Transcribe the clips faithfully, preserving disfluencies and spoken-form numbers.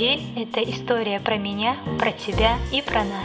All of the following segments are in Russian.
Жель – это история про меня, про тебя и про нас.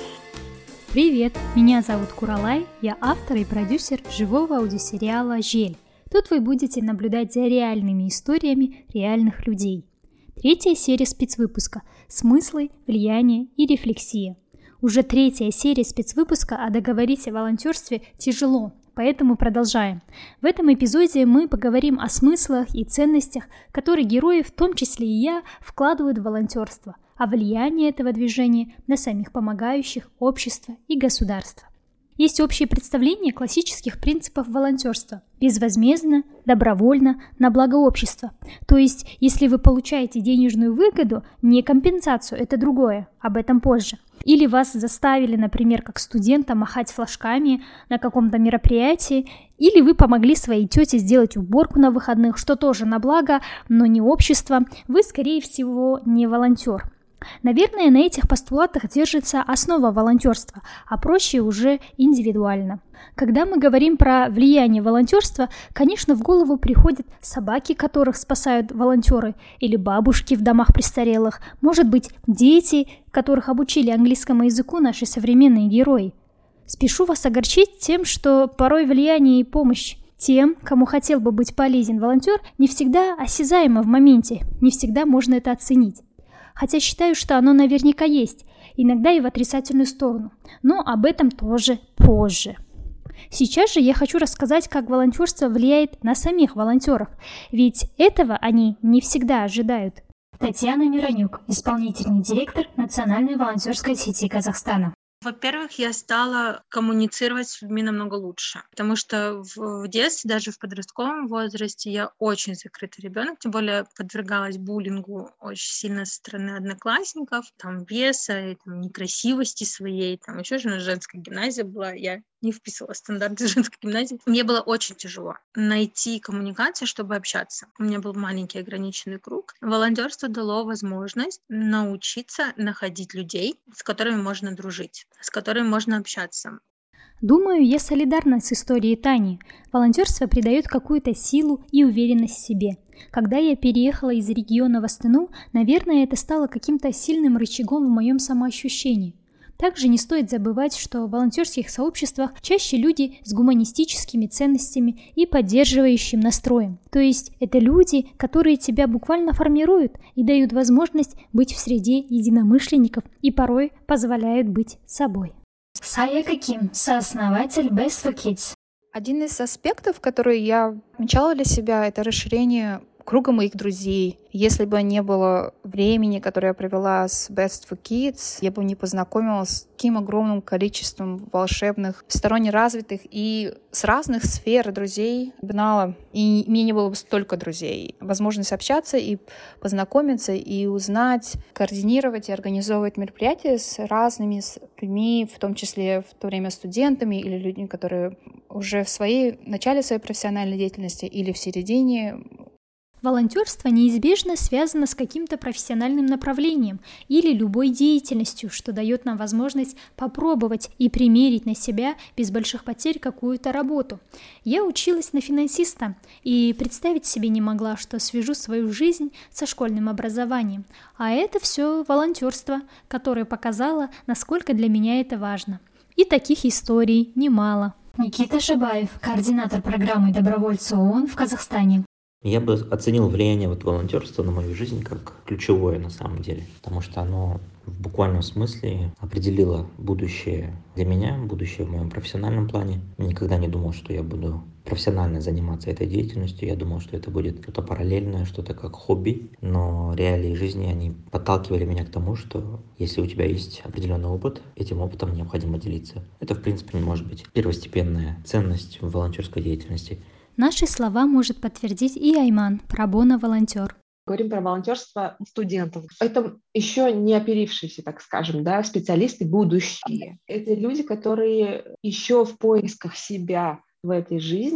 Привет, меня зовут Куралай, я автор и продюсер живого аудиосериала «Жель». Тут вы будете наблюдать за реальными историями реальных людей. Третья серия спецвыпуска «Смыслы, влияние и рефлексия». Уже третья серия спецвыпуска, а договорить о волонтерстве тяжело, поэтому продолжаем. В этом эпизоде мы поговорим о смыслах и ценностях, которые герои, в том числе и я, вкладывают в волонтерство, о влиянии этого движения на самих помогающих, общество и государство. Есть общее представление классических принципов волонтерства: безвозмездно, добровольно, на благо общества. То есть, если вы получаете денежную выгоду, не компенсацию, это другое, об этом позже. Или вас заставили, например, как студента, махать флажками на каком-то мероприятии, или вы помогли своей тете сделать уборку на выходных, что тоже на благо, но не общество, вы, скорее всего, не волонтер. Наверное, на этих постулатах держится основа волонтерства, а проще уже индивидуально. Когда мы говорим про влияние волонтерства, конечно, в голову приходят собаки, которых спасают волонтеры, или бабушки в домах престарелых, может быть, дети, которых обучили английскому языку наши современные герои. Спешу вас огорчить тем, что порой влияние и помощь тем, кому хотел бы быть полезен волонтер, не всегда осязаемо в моменте, не всегда можно это оценить. Хотя считаю, что оно наверняка есть, иногда и в отрицательную сторону, но об этом тоже позже. Сейчас же я хочу рассказать, как волонтерство влияет на самих волонтеров, ведь этого они не всегда ожидают. Татьяна Миронюк, исполнительный директор Национальной волонтерской сети Казахстана. Во-первых, я стала коммуницировать с людьми намного лучше, потому что в, в детстве, даже в подростковом возрасте, я очень закрытый ребенок, тем более подвергалась буллингу очень сильно со стороны одноклассников, там веса, и, там, некрасивости своей, там еще же у нас женская гимназия была, я не вписывалась в стандарты женской гимназии. Мне было очень тяжело найти коммуникацию, чтобы общаться. У меня был маленький ограниченный круг. Волонтерство дало возможность научиться находить людей, с которыми можно дружить, с которыми можно общаться. Думаю, я солидарна с историей Тани. Волонтерство придает какую-то силу и уверенность в себе. Когда я переехала из региона в Астану, наверное, это стало каким-то сильным рычагом в моем самоощущении. Также не стоит забывать, что в волонтерских сообществах чаще люди с гуманистическими ценностями и поддерживающим настроем. То есть это люди, которые тебя буквально формируют и дают возможность быть в среде единомышленников и порой позволяют быть собой. Сая Каким, сооснователь Best for Kids. Один из аспектов, который я отмечала для себя, это расширение круга моих друзей. Если бы не было времени, которое я провела с Best for Kids, я бы не познакомилась с таким огромным количеством волшебных, всесторонне развитых и с разных сфер друзей гнала. И мне не было бы столько друзей. Возможность общаться и познакомиться, и узнать, координировать и организовывать мероприятия с разными людьми, в том числе в то время студентами или людьми, которые уже в своей, в начале своей профессиональной деятельности или в середине. Волонтерство неизбежно связано с каким-то профессиональным направлением или любой деятельностью, что дает нам возможность попробовать и примерить на себя без больших потерь какую-то работу. Я училась на финансиста и представить себе не могла, что свяжу свою жизнь со школьным образованием. А это все волонтерство, которое показало, насколько для меня это важно. И таких историй немало. Никита Шабаев, координатор программы «Добровольцы ООН» в Казахстане. Я бы оценил влияние вот волонтерства на мою жизнь как ключевое на самом деле, потому что оно в буквальном смысле определило будущее для меня, будущее в моем профессиональном плане. Я никогда не думал, что я буду профессионально заниматься этой деятельностью. Я думал, что это будет что-то параллельное, что-то как хобби. Но реалии жизни, они подталкивали меня к тому, что если у тебя есть определенный опыт, этим опытом необходимо делиться. Это, в принципе, не может быть первостепенная ценность в волонтерской деятельности. Наши слова может подтвердить и Айман, пробоно-волонтер. Говорим про волонтерство студентов. Это еще не оперившиеся, так скажем, да, специалисты будущие. Это люди, которые еще в поисках себя в этой жизни,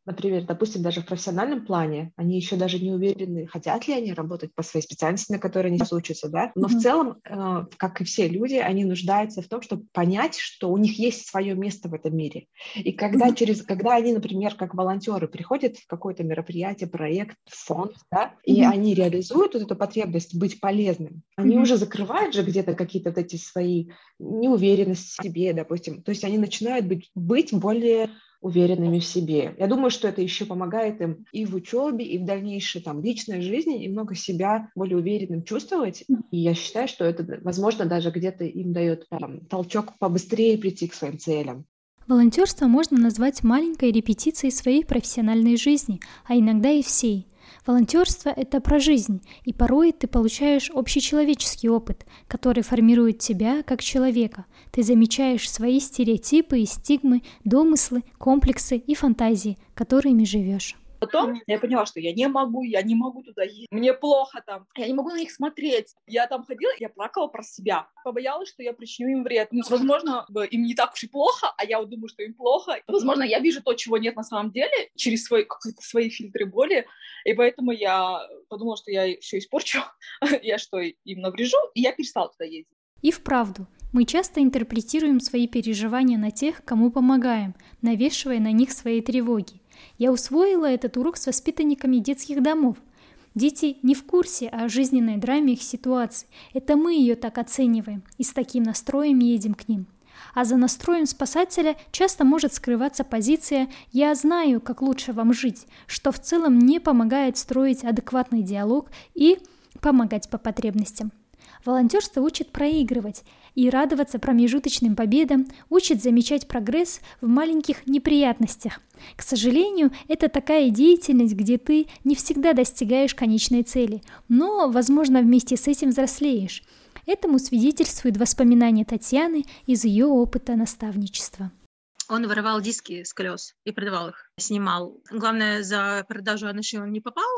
например, допустим, даже в профессиональном плане, они еще даже не уверены, хотят ли они работать по своей специальности, на которой они сейчас учатся, да, но mm-hmm. в целом, э, как и все люди, они нуждаются в том, чтобы понять, что у них есть свое место в этом мире. И когда, mm-hmm. через, когда они, например, как волонтеры приходят в какое-то мероприятие, проект, фонд, да, mm-hmm. и они реализуют вот эту потребность быть полезным, они mm-hmm. уже закрывают же где-то какие-то вот эти свои неуверенности в себе, допустим, то есть они начинают быть, быть более уверенными в себе. Я думаю, что это еще помогает им и в учебе, и в дальнейшей там личной жизни немного себя более уверенным чувствовать. И я считаю, что это, возможно, даже где-то им дает там, толчок побыстрее прийти к своим целям. Волонтерство можно назвать маленькой репетицией своей профессиональной жизни, а иногда и всей. Волонтерство — это про жизнь, и порой ты получаешь общечеловеческий опыт, который формирует тебя как человека. Ты замечаешь свои стереотипы и стигмы, домыслы, комплексы и фантазии, которыми живешь. Потом я поняла, что я не могу, я не могу туда ездить, мне плохо там, я не могу на них смотреть. Я там ходила, я плакала про себя, побоялась, что я причиню им вред. Ну, возможно, им не так уж и плохо, а я вот думаю, что им плохо. Возможно, я вижу то, чего нет на самом деле, через свои, какие-то свои фильтры боли, и поэтому я подумала, что я все испорчу, я что, им наврежу, и я перестала туда ездить. И вправду, мы часто интерпретируем свои переживания на тех, кому помогаем, навешивая на них свои тревоги. Я усвоила этот урок с воспитанниками детских домов. Дети не в курсе о жизненной драме их ситуации. Это мы ее так оцениваем и с таким настроем едем к ним. А за настроем спасателя часто может скрываться позиция «я знаю, как лучше вам жить», что в целом не помогает строить адекватный диалог и помогать по потребностям. Волонтерство учит проигрывать и радоваться промежуточным победам, учит замечать прогресс в маленьких неприятностях. К сожалению, это такая деятельность, где ты не всегда достигаешь конечной цели, но, возможно, вместе с этим взрослеешь. Этому свидетельствует воспоминание Татьяны из ее опыта наставничества. Он воровал диски с колес и продавал их, снимал. Главное, за продажу Анаши он не попал,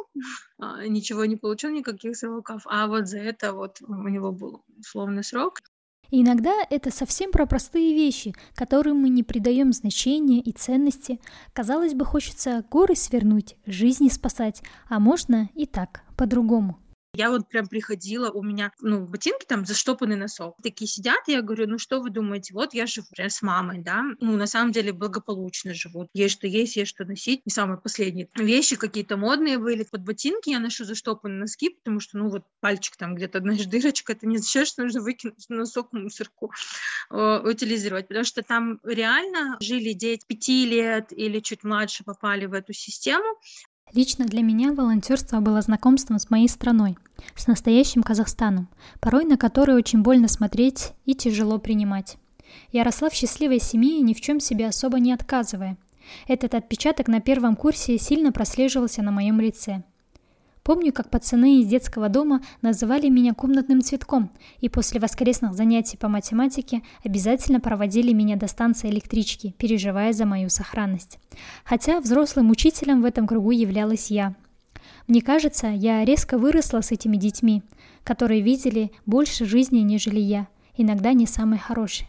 ничего не получил, никаких сроков, а вот за это вот у него был условный срок. И иногда это совсем про простые вещи, которым мы не придаем значения и ценности. Казалось бы, хочется горы свернуть, жизни спасать, а можно и так, по-другому. Я вот прям приходила, у меня, ну, ботинки там, заштопанный носок. Такие сидят, и я говорю, ну, что вы думаете? Вот я живу прям с мамой, да, ну, на самом деле благополучно живут. Есть что есть, есть что носить. Не самые последние вещи какие-то модные были. Под ботинки я ношу заштопанные носки, потому что, ну, вот пальчик там где-то, знаешь, дырочка, это не означает, что нужно выкинуть носок в мусорку, э, утилизировать, потому что там реально жили дети пяти лет или чуть младше попали в эту систему. Лично для меня волонтерство было знакомством с моей страной, с настоящим Казахстаном, порой на который очень больно смотреть и тяжело принимать. Я росла в счастливой семье, ни в чем себе особо не отказывая. Этот отпечаток на первом курсе сильно прослеживался на моем лице. Помню, как пацаны из детского дома называли меня комнатным цветком, и после воскресных занятий по математике обязательно проводили меня до станции электрички, переживая за мою сохранность. Хотя взрослым учителем в этом кругу являлась я. Мне кажется, я резко выросла с этими детьми, которые видели больше жизни, нежели я, иногда не самой хорошей.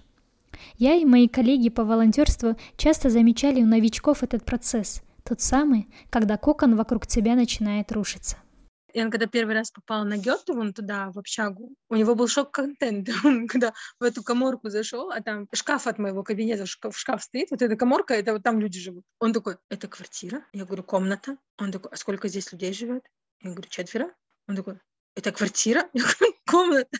Я и мои коллеги по волонтерству часто замечали у новичков этот процесс, тот самый, когда кокон вокруг тебя начинает рушиться. И он, когда первый раз попал на Гёте, он туда, в общагу, у него был шок-контент. Он когда в эту каморку зашел, а там шкаф от моего кабинета, шкаф, шкаф стоит, вот эта каморка, это вот там люди живут. Он такой, это квартира? Я говорю, комната. Он такой, а сколько здесь людей живет? Я говорю, четверо. Он такой, это квартира? Я говорю, комната.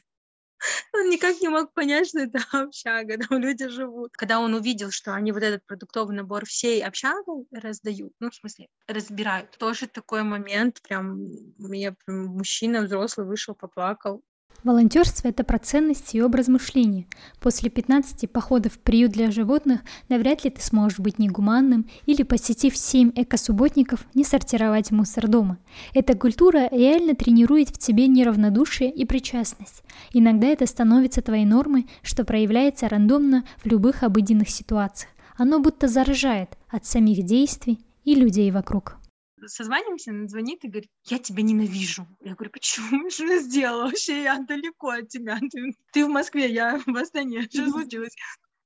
Он никак не мог понять, что это общага, там люди живут. Когда он увидел, что они вот этот продуктовый набор всей общагой раздают, ну, в смысле, разбирают, тоже такой момент, прям, мне прям мужчина взрослый вышел, поплакал. Волонтерство – это про ценности и образ мышления. После пятнадцати походов в приют для животных навряд ли ты сможешь быть негуманным или, посетив семь эко-субботников, не сортировать мусор дома. Эта культура реально тренирует в тебе неравнодушие и причастность. Иногда это становится твоей нормой, что проявляется рандомно в любых обыденных ситуациях. Оно будто заражает от самих действий и людей вокруг. Созваниваемся, он звонит и говорит, я тебя ненавижу. Я говорю, почему? Что я сделала? Вообще я далеко от тебя. Ты, ты в Москве, я в Астане. Что случилось?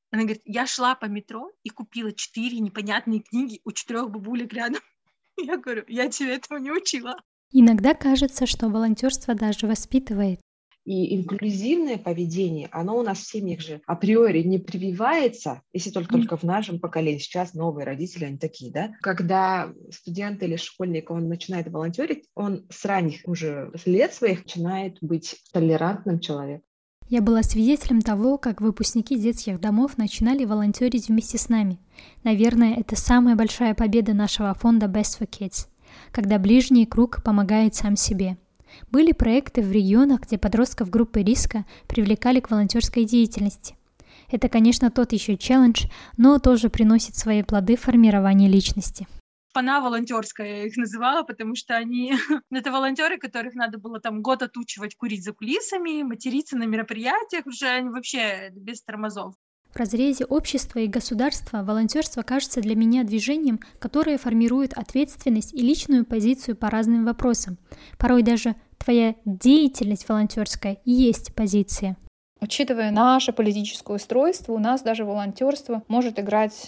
Она говорит, я шла по метро и купила четыре непонятные книги у четырех бабулек рядом. Я говорю, я тебя этому не учила. Иногда кажется, что волонтерство даже воспитывает. И инклюзивное поведение, оно у нас в семьях же априори не прививается, если только, только в нашем поколении. Сейчас новые родители, они такие, да? Когда студент или школьник, он начинает волонтерить, он с ранних уже лет своих начинает быть толерантным человеком. Я была свидетелем того, как выпускники детских домов начинали волонтерить вместе с нами. Наверное, это самая большая победа нашего фонда Best for Kids, когда ближний круг помогает сам себе. Были проекты в регионах, где подростков группы риска привлекали к волонтерской деятельности. Это, конечно, тот еще челлендж, но тоже приносит свои плоды в формировании личности. Шпана волонтерская я их называла, потому что они... Это волонтеры, которых надо было там год отучивать курить за кулисами, материться на мероприятиях, уже они вообще без тормозов. В разрезе общества и государства волонтерство кажется для меня движением, которое формирует ответственность и личную позицию по разным вопросам. Порой даже твоя деятельность волонтерская и есть позиция. Учитывая наше политическое устройство, у нас даже волонтерство может играть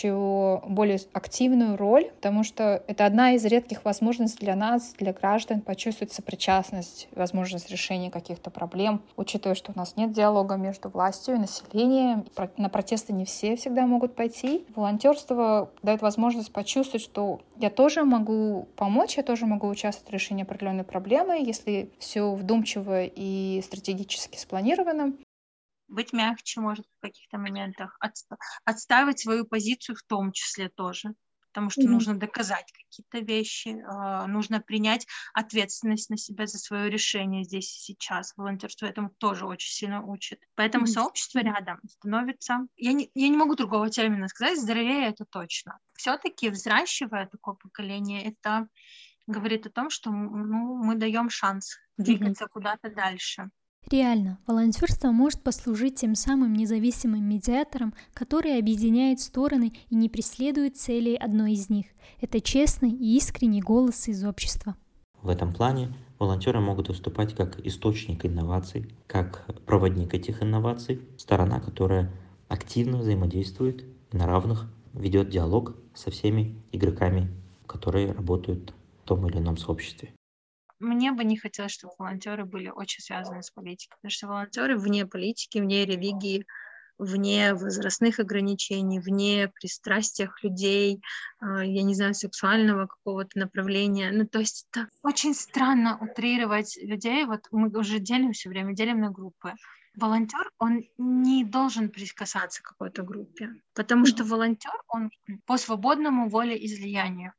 еще более активную роль, потому что это одна из редких возможностей для нас, для граждан, почувствовать сопричастность, возможность решения каких-то проблем. Учитывая, что у нас нет диалога между властью и населением, на протесты не все всегда могут пойти. Волонтерство дает возможность почувствовать, что я тоже могу помочь, я тоже могу участвовать в решении определенной проблемы, если все вдумчиво и стратегически спланировано. Быть мягче, может, в каких-то моментах, отста- отстаивать свою позицию в том числе тоже, потому что mm-hmm. нужно доказать какие-то вещи, э, нужно принять ответственность на себя за свое решение здесь и сейчас. Волонтерство этому тоже очень сильно учит. Поэтому mm-hmm. сообщество рядом становится, я не, я не могу другого термина сказать, здоровее это точно. Все-таки взращивая такое поколение, это говорит о том, что ну, мы даем шанс двигаться mm-hmm. куда-то дальше. Реально, волонтерство может послужить тем самым независимым медиатором, который объединяет стороны и не преследует целей одной из них. Это честный и искренний голос из общества. В этом плане волонтеры могут выступать как источник инноваций, как проводник этих инноваций, сторона, которая активно взаимодействует и на равных ведет диалог со всеми игроками, которые работают в том или ином сообществе. Мне бы не хотелось, чтобы волонтеры были очень связаны с политикой, потому что волонтеры вне политики, вне религии, вне возрастных ограничений, вне пристрастиях людей, я не знаю, сексуального какого-то направления. Ну, то есть это очень странно утрировать людей. Вот мы уже делим все время, делим на группы. Волонтер, он не должен прикасаться к какой-то группе, потому что волонтер, он по свободному волеизлиянию,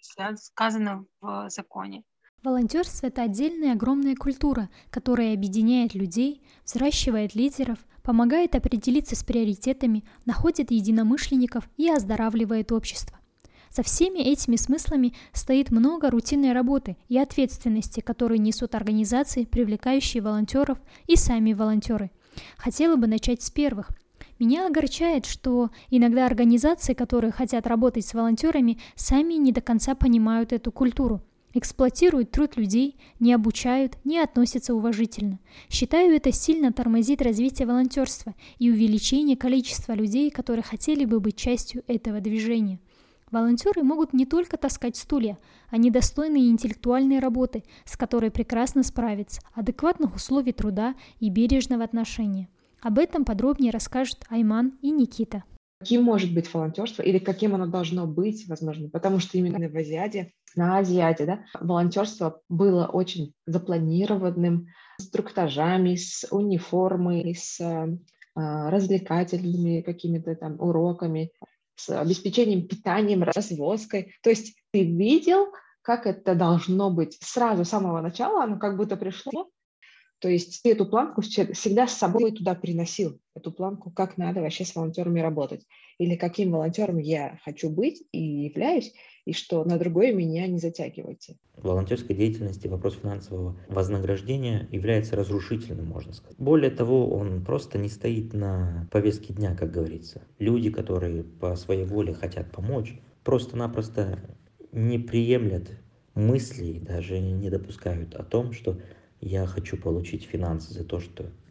сказано в законе. Волонтерство – это отдельная огромная культура, которая объединяет людей, взращивает лидеров, помогает определиться с приоритетами, находит единомышленников и оздоравливает общество. За всеми этими смыслами стоит много рутинной работы и ответственности, которые несут организации, привлекающие волонтеров, и сами волонтеры. Хотела бы начать с первых. Меня огорчает, что иногда организации, которые хотят работать с волонтерами, сами не до конца понимают эту культуру. Эксплуатируют труд людей, не обучают, не относятся уважительно. Считаю, это сильно тормозит развитие волонтерства и увеличение количества людей, которые хотели бы быть частью этого движения. Волонтеры могут не только таскать стулья, они достойны интеллектуальной работы, с которой прекрасно справиться, адекватных условий труда и бережного отношения. Об этом подробнее расскажут Айман и Никита. Каким может быть волонтерство или каким оно должно быть, возможно, потому что именно в Азиаде, на Азиаде, да, волонтерство было очень запланированным, с инструктажами, с униформой, с э, развлекательными какими-то там уроками, с обеспечением питанием, развозкой. То есть ты видел, как это должно быть сразу, с самого начала, оно как будто пришло. То есть ты эту планку всегда с собой туда приносил, эту планку, как надо вообще с волонтерами работать, или каким волонтером я хочу быть и являюсь, и что на другое меня не затягивайте. В волонтерской деятельности вопрос финансового вознаграждения является разрушительным, можно сказать. Более того, он просто не стоит на повестке дня, как говорится. Люди, которые по своей воле хотят помочь, просто-напросто не приемлят мысли, даже не допускают о том, что я хочу получить финансы за то, что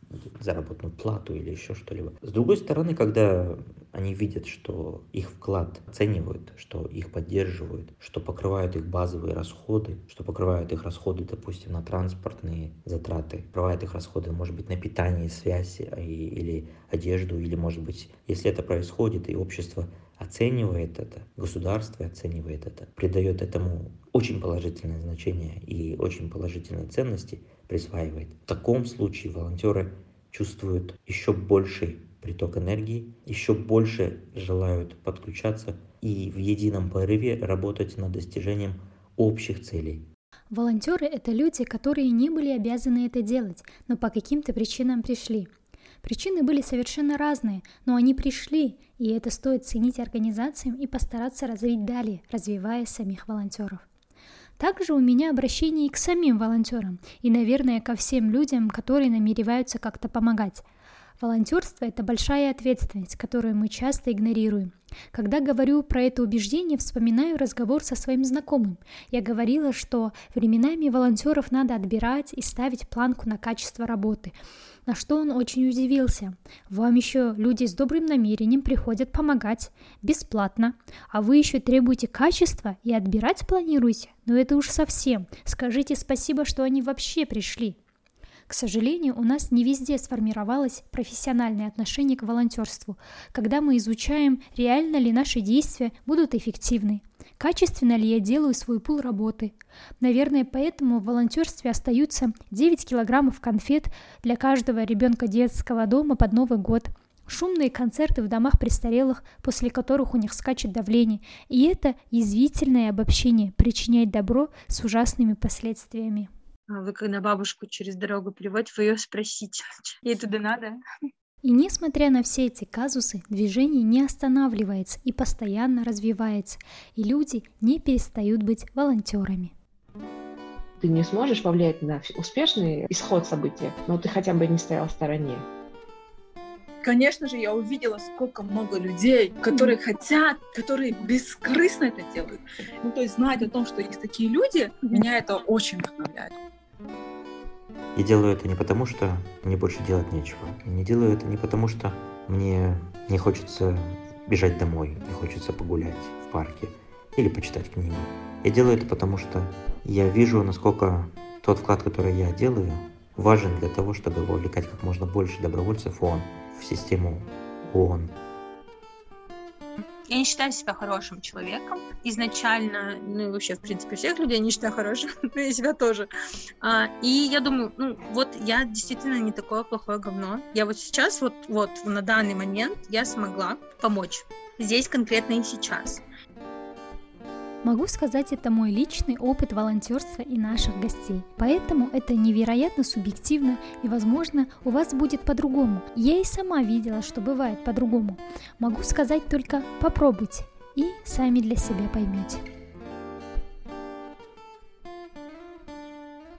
заработную плату или еще что-либо. С другой стороны, когда они видят, что их вклад оценивают, что их поддерживают, что покрывают их базовые расходы, что покрывают их расходы, допустим, на транспортные затраты, покрывают их расходы, может быть, на питание, связь или одежду, или, может быть, если это происходит, и общество оценивает это, государство оценивает это, придает этому очень положительное значение и очень положительные ценности присваивает. В таком случае волонтеры чувствуют еще больший приток энергии, еще больше желают подключаться и в едином порыве работать над достижением общих целей. Волонтеры – это люди, которые не были обязаны это делать, но по каким-то причинам пришли. Причины были совершенно разные, но они пришли, и это стоит ценить организациям и постараться развить далее, развивая самих волонтеров. Также у меня обращение и к самим волонтерам, и, наверное, ко всем людям, которые намереваются как-то помогать. Волонтерство – это большая ответственность, которую мы часто игнорируем. Когда говорю про это убеждение, вспоминаю разговор со своим знакомым. Я говорила, что временами волонтеров надо отбирать и ставить планку на качество работы, на что он очень удивился. Вам еще люди с добрым намерением приходят помогать бесплатно, а вы еще требуете качества и отбирать планируете? Но это уж совсем. Скажите спасибо, что они вообще пришли. К сожалению, у нас не везде сформировалось профессиональное отношение к волонтерству, когда мы изучаем, реально ли наши действия будут эффективны, качественно ли я делаю свой пул работы. Наверное, поэтому в волонтерстве остаются девять килограммов конфет для каждого ребенка детского дома под Новый год, шумные концерты в домах престарелых, после которых у них скачет давление, и это язвительное обобщение причиняет добро с ужасными последствиями. Вы когда бабушку через дорогу переводите, вы ее спросите, ей туда надо? И несмотря на все эти казусы, движение не останавливается и постоянно развивается, и люди не перестают быть волонтерами. Ты не сможешь повлиять на успешный исход события, но ты хотя бы не стоял в стороне. Конечно же, я увидела, сколько много людей, которые mm. хотят, которые бескорыстно это делают. Ну, то есть знать о том, что есть такие люди, mm. меня это очень вдохновляет. Я делаю это не потому, что мне больше делать нечего. Не делаю это не потому, что мне не хочется бежать домой, не хочется погулять в парке или почитать книгу. Я делаю это потому, что я вижу, насколько тот вклад, который я делаю, важен для того, чтобы вовлекать как можно больше добровольцев в ООН, в систему ООН. Я не считаю себя хорошим человеком. Изначально, ну и вообще, в принципе, всех людей не считаю хорошим, но и себя тоже. А, и я думаю, ну вот я действительно не такое плохое говно. Я вот сейчас, вот, вот на данный момент я смогла помочь. Здесь конкретно и сейчас. Могу сказать, это мой личный опыт волонтерства и наших гостей. Поэтому это невероятно субъективно, и, возможно, у вас будет по-другому. Я и сама видела, что бывает по-другому. Могу сказать только попробуйте, и сами для себя поймете.